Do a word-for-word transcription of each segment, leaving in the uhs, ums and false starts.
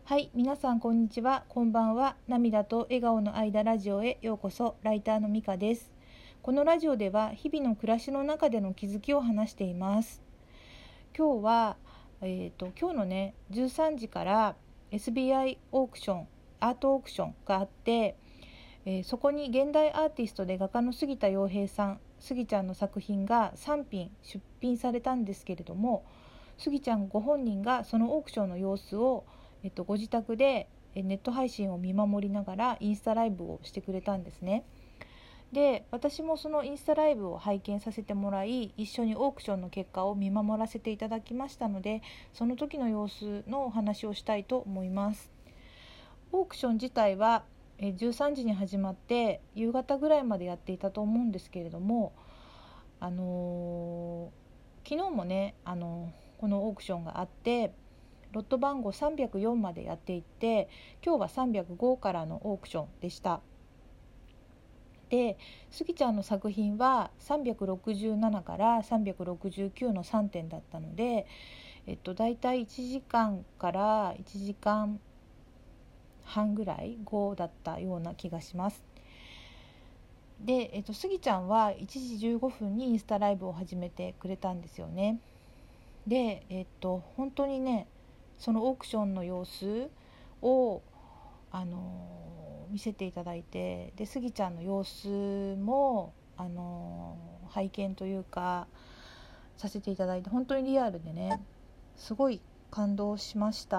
はい、皆さんこんにちは、こんばんは。涙と笑顔の間ラジオへようこそ。ライターのみかです。このラジオでは日々の暮らしの中での気づきを話しています。今日は、えーと、今日のねじゅうさんじから エスビーアイ オークションアートオークションがあって、えーそこに現代アーティストで画家の杉田洋平さん、杉ちゃんの作品がさんぴん出品されたんですけれども、杉ちゃんご本人がそのオークションの様子を、えっと、ご自宅でネット配信を見守りながらインスタライブをしてくれたんですね。で、私もそのインスタライブを拝見させてもらい、一緒にオークションの結果を見守らせていただきましたので、その時の様子のお話をしたいと思います。オークション自体はじゅうさんじに始まって夕方ぐらいまでやっていたと思うんですけれども、あのー、昨日もね、あのー、このオークションがあって、ロット番号さんびゃくよんまでやっていって、今日はさんびゃくごからのオークションでした。で、スギちゃんの作品はさんびゃくろくじゅうななからさんびゃくろくじゅうきゅうのさんてんだったので、えっと、だいたいいちじかんからいちじかんはんぐらい後だったような気がします。で、えっと、スギちゃんはいちじじゅうごふんにインスタライブを始めてくれたんですよね。で、えっと、本当にね、そのオークションの様子を、あの見せていただいて、で、スギちゃんの様子も、あの拝見というかさせていただいて、本当にリアルでね、すごい感動しました。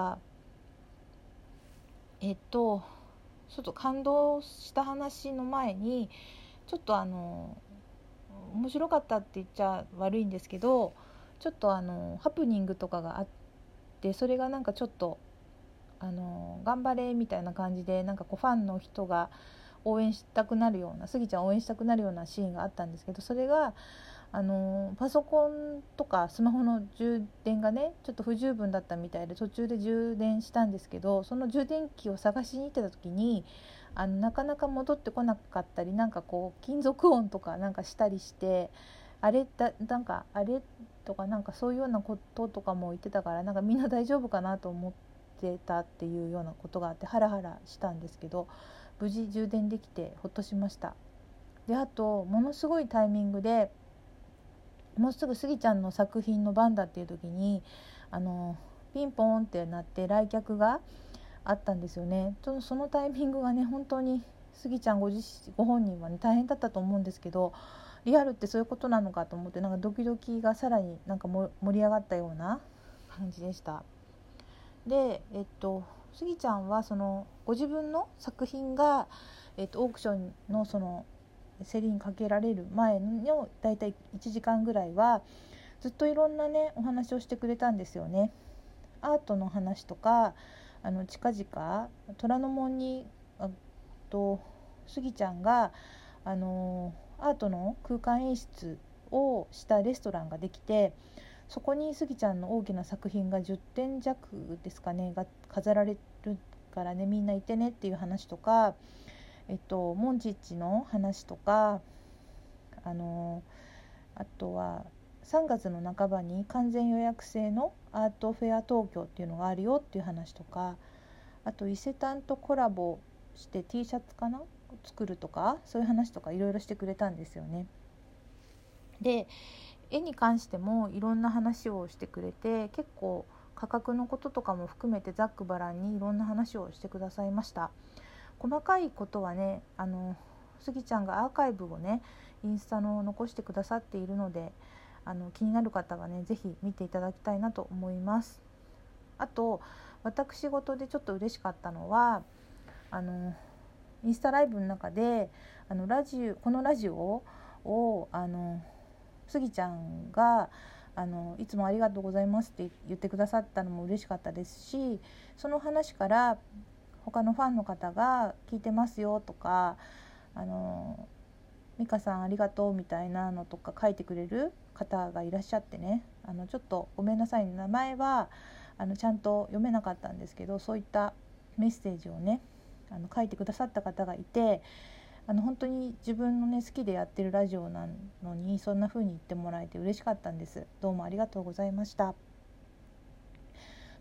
えっとちょっと感動した話の前に、ちょっとあの面白かったって言っちゃ悪いんですけど、ちょっとあのハプニングとかがあって、それがなんかちょっとあの頑張れみたいな感じで、なんかこうファンの人が応援したくなるような、スギちゃんを応援したくなるようなシーンがあったんですけど、それがあのパソコンとかスマホの充電がねちょっと不十分だったみたいで、途中で充電したんですけど、その充電器を探しに行ってた時に、あのなかなか戻ってこなかったり、なんかこう金属音とかなんかしたりして、あれだなんかあれとか、なんかそういうようなこととかも言ってたから、なんかみんな大丈夫かなと思ってたっていうようなことがあって、ハラハラしたんですけど、無事充電できてほっとしました。で、あとものすごいタイミングで、もうすぐスギちゃんの作品の番だっていう時に、あのピンポーンってなって来客があったんですよね。そのタイミングがね、本当にスギちゃんご自身ご本人はね大変だったと思うんですけど、リアルってそういうことなのかと思って、なんかドキドキがさらになんかも盛り上がったような感じでした。で、えっとスギちゃんはそのご自分の作品が、えっと、オークションのその競りにかけられる前のだいたいいちじかんぐらいはずっといろんなねお話をしてくれたんですよね。アートの話とか、あの近々虎ノ門にあとスギちゃんがあのアートの空間演出をしたレストランができて、そこにスギちゃんの大きな作品がじゅってん弱ですかねが飾られるからね、みんないてねっていう話とか、えっとモンチッチの話とか、あのあとはさんがつの半ばに完全予約制のアートフェア東京っていうのがあるよっていう話とか、あと伊勢丹とコラボして T シャツかな作るとか、そういう話とかいろいろしてくれたんですよね。で、絵に関してもいろんな話をしてくれて、結構価格のこととかも含めてざっくばらんにいろんな話をしてくださいました。細かいことはね、あのスギちゃんがアーカイブをねインスタの残してくださっているので、あの気になる方はねぜひ見ていただきたいなと思います。あと私事でちょっと嬉しかったのは、あのインスタライブの中であのラジオこのラジオをあのスギちゃんがあのいつもありがとうございますって言ってくださったのも嬉しかったですし、その話から他のファンの方が聞いてますよとか、あの美香さんありがとうみたいなのとか書いてくれる方がいらっしゃってね、あのちょっとごめんなさい、名前はあのちゃんと読めなかったんですけど、そういったメッセージをねあの書いてくださった方がいて、あの本当に自分のね好きでやってるラジオなのにそんな風に言ってもらえて嬉しかったんです。どうもありがとうございました。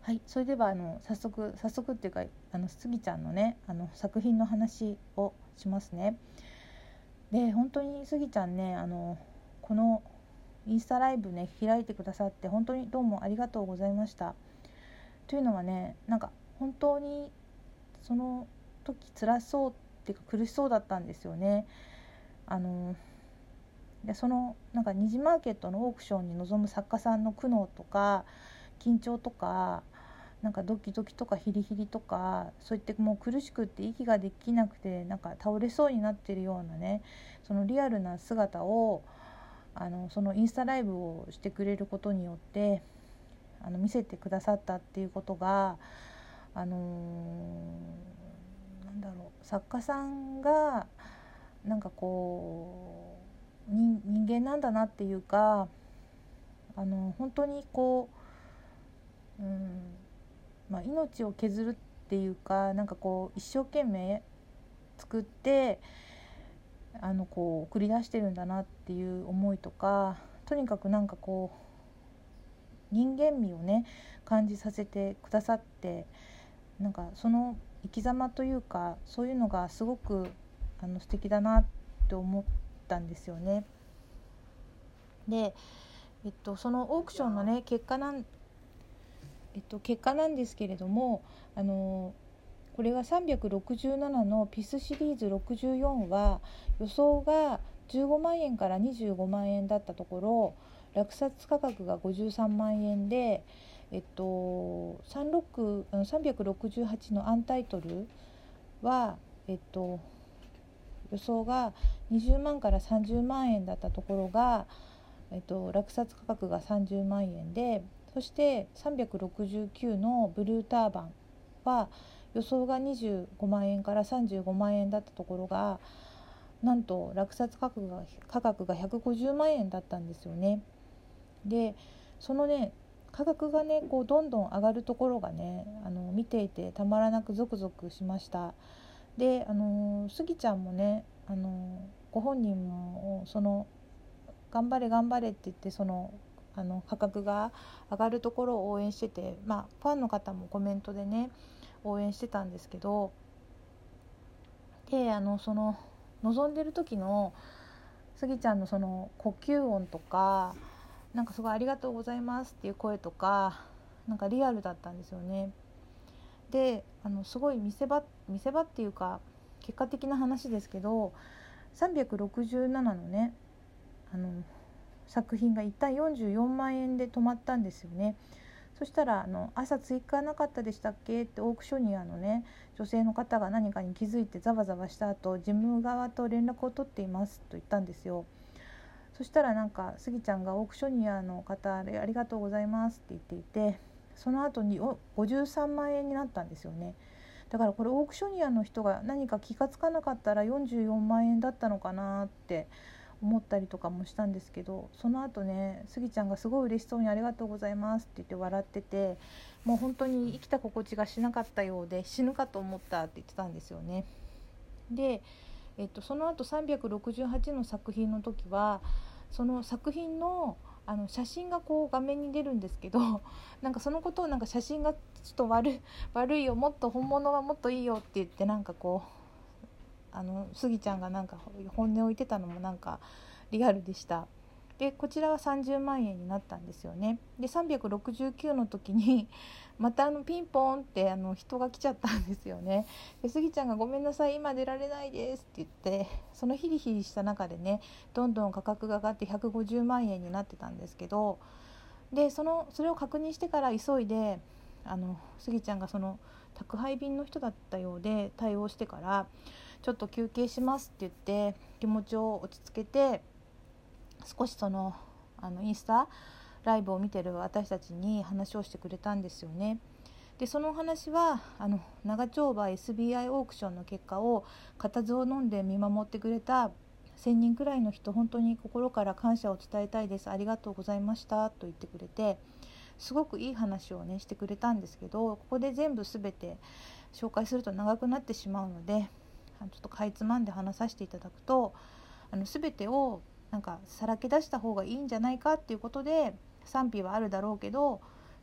はい、それではあの早速早速っていうかあのスギちゃんのねあの作品の話をしますね。で本当にスギちゃんねあのこのインスタライブね開いてくださって本当にどうもありがとうございました。というのはねなんか本当にその時辛そうっていうか苦しそうだったんですよね。あのでそのなんか二次マーケットのオークションに臨む作家さんの苦悩とか緊張とかなんかドキドキとかヒリヒリとかそういってもう苦しくって息ができなくてなんか倒れそうになってるようなねそのリアルな姿をあのそのインスタライブをしてくれることによってあの見せてくださったっていうことがあのー、なんだろう作家さんがなんかこう人, 人間なんだなっていうかあの本当にこう、うんまあ、命を削るっていうかなんかこう一生懸命作ってあのこう繰り出してるんだなっていう思いとかとにかくなんかこう人間味をね感じさせてくださってなんかその生き様というかそういうのがすごくあの素敵だなって思ったんですよね。で、えっと、そのオークションのね結果なん、えっと、結果なんですけれどもあのこれがさんびゃくろくじゅうななのピスシリーズろくじゅうよんは予想がじゅうごまんえんからにじゅうごまんえんだったところ落札価格がごじゅうさんまんえんで、えっと、さんびゃくろくじゅうはちのアンタイトルは、えっと、予想がにじゅうまんからさんじゅうまんえんだったところが、えっと、落札価格がさんじゅうまんえんでそしてさんびゃくろくじゅうきゅうのブルーターバンは予想がにじゅうごまんえんからさんじゅうごまんえんだったところがなんと落札価格が価格がひゃくごじゅうまんえんだったんですよね。でそのね価格がねこうどんどん上がるところがねあの見ていてたまらなくゾクゾクしました。であのスギちゃんもねあのご本人もその頑張れ頑張れって言ってそのあの価格が上がるところを応援してて、まあ、ファンの方もコメントでね応援してたんですけどであのその望んでる時のスギちゃんのその呼吸音とかなんかすごいありがとうございますっていう声とかなんかリアルだったんですよね。であのすごい見せ場見せ場っていうか結果的な話ですけどさんびゃくろくじゅうななのねあの作品が一旦よんじゅうよんまんえんで止まったんですよね。そしたらあの朝追加なかったでしたっけってオークショニアのね女性の方が何かに気づいてざわざわした後事務側と連絡を取っていますと言ったんですよ。そしたらなんかスギちゃんがオークショニアの方ありがとうございますって言っていてその後にごじゅうさんまんえんになったんですよね。だからこれオークショニアの人が何か気がつかなかったらよんじゅうよんまんえんだったのかなって思ったりとかもしたんですけどその後ねスギちゃんがすごい嬉しそうにありがとうございますって言って笑っててもう本当に生きた心地がしなかったようで死ぬかと思ったって言ってたんですよね。で、えっと、その後さんびゃくろくじゅうはちの作品の時はその作品のあの写真がこう画面に出るんですけどなんかそのことをなんか写真がちょっと悪い、悪いよもっと本物はもっといいよって言ってなんかこうあのスギちゃんがなんか本音を言ってたのもなんかリアルでした。でこちらはさんじゅうまんえんになったんですよね。でさんびゃくろくじゅうきゅうの時にまたあのピンポーンってあの人が来ちゃったんですよね。でスギちゃんがごめんなさい今出られないですって言ってそのヒリヒリした中でねどんどん価格が上がってひゃくごじゅうまんえんになってたんですけどで そのそれを確認してから急いであのスギちゃんがその宅配便の人だったようで対応してからちょっと休憩しますって言って気持ちを落ち着けて少しそのあのインスタライブを見てる私たちに話をしてくれたんですよね。でそのお話はあの長丁場 エスビーアイ オークションの結果を固唾を飲んで見守ってくれたせんにんくらいの人本当に心から感謝を伝えたいですありがとうございましたと言ってくれてすごくいい話をねしてくれたんですけどここで全部全て紹介すると長くなってしまうのでちょっとかいつまんで話させていただくとあの全てをなんかさらけ出した方がいいんじゃないかっていうことで賛否はあるだろうけど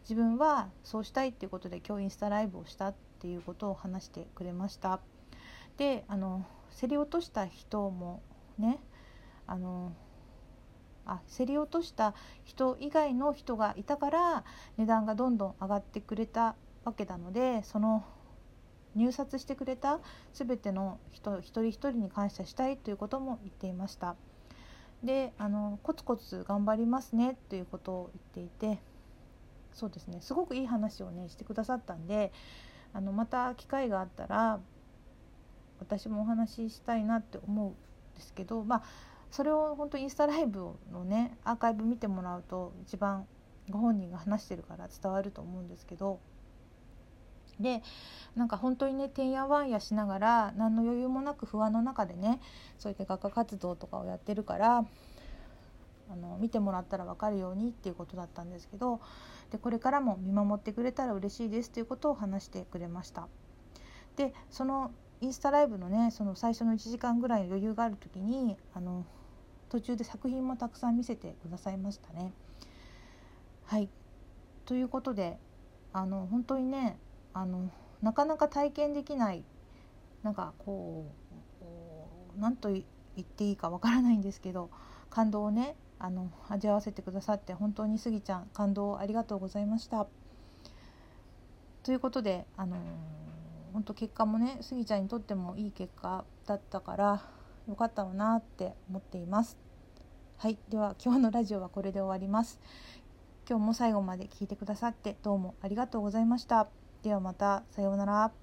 自分はそうしたいっていうことで今日インスタライブをしたっていうことを話してくれました。であの競り落とした人もねあのあ競り落とした人以外の人がいたから値段がどんどん上がってくれたわけなので、その入札してくれた全ての人一人一人に感謝したいということも言っていました。であのコツコツ頑張りますねということを言っていて、そうですね、すごくいい話をねしてくださったんで、あのまた機会があったら私もお話ししたいなって思うんですけど、まあそれを本当インスタライブのねアーカイブ見てもらうと一番ご本人が話してるから伝わると思うんですけど、でなんか本当にねてんやわんやしながら何の余裕もなく不安の中でねそういった画家活動とかをやってるから、あの見てもらったら分かるようにっていうことだったんですけど、でこれからも見守ってくれたら嬉しいですということを話してくれました。でそのインスタライブのねその最初のいちじかんぐらいの余裕がある時にあの途中で作品もたくさん見せてくださいましたね。はいということであの本当にねあのなかなか体験できないなんかこう何と言っていいかわからないんですけど感動をねあの味わわせてくださって本当にスギちゃん感動ありがとうございました。ということであの本当結果もねスギちゃんにとってもいい結果だったからよかったわなって思っています。はい、では今日のラジオはこれで終わります。今日も最後まで聞いてくださってどうもありがとうございました。ではまた、さようなら。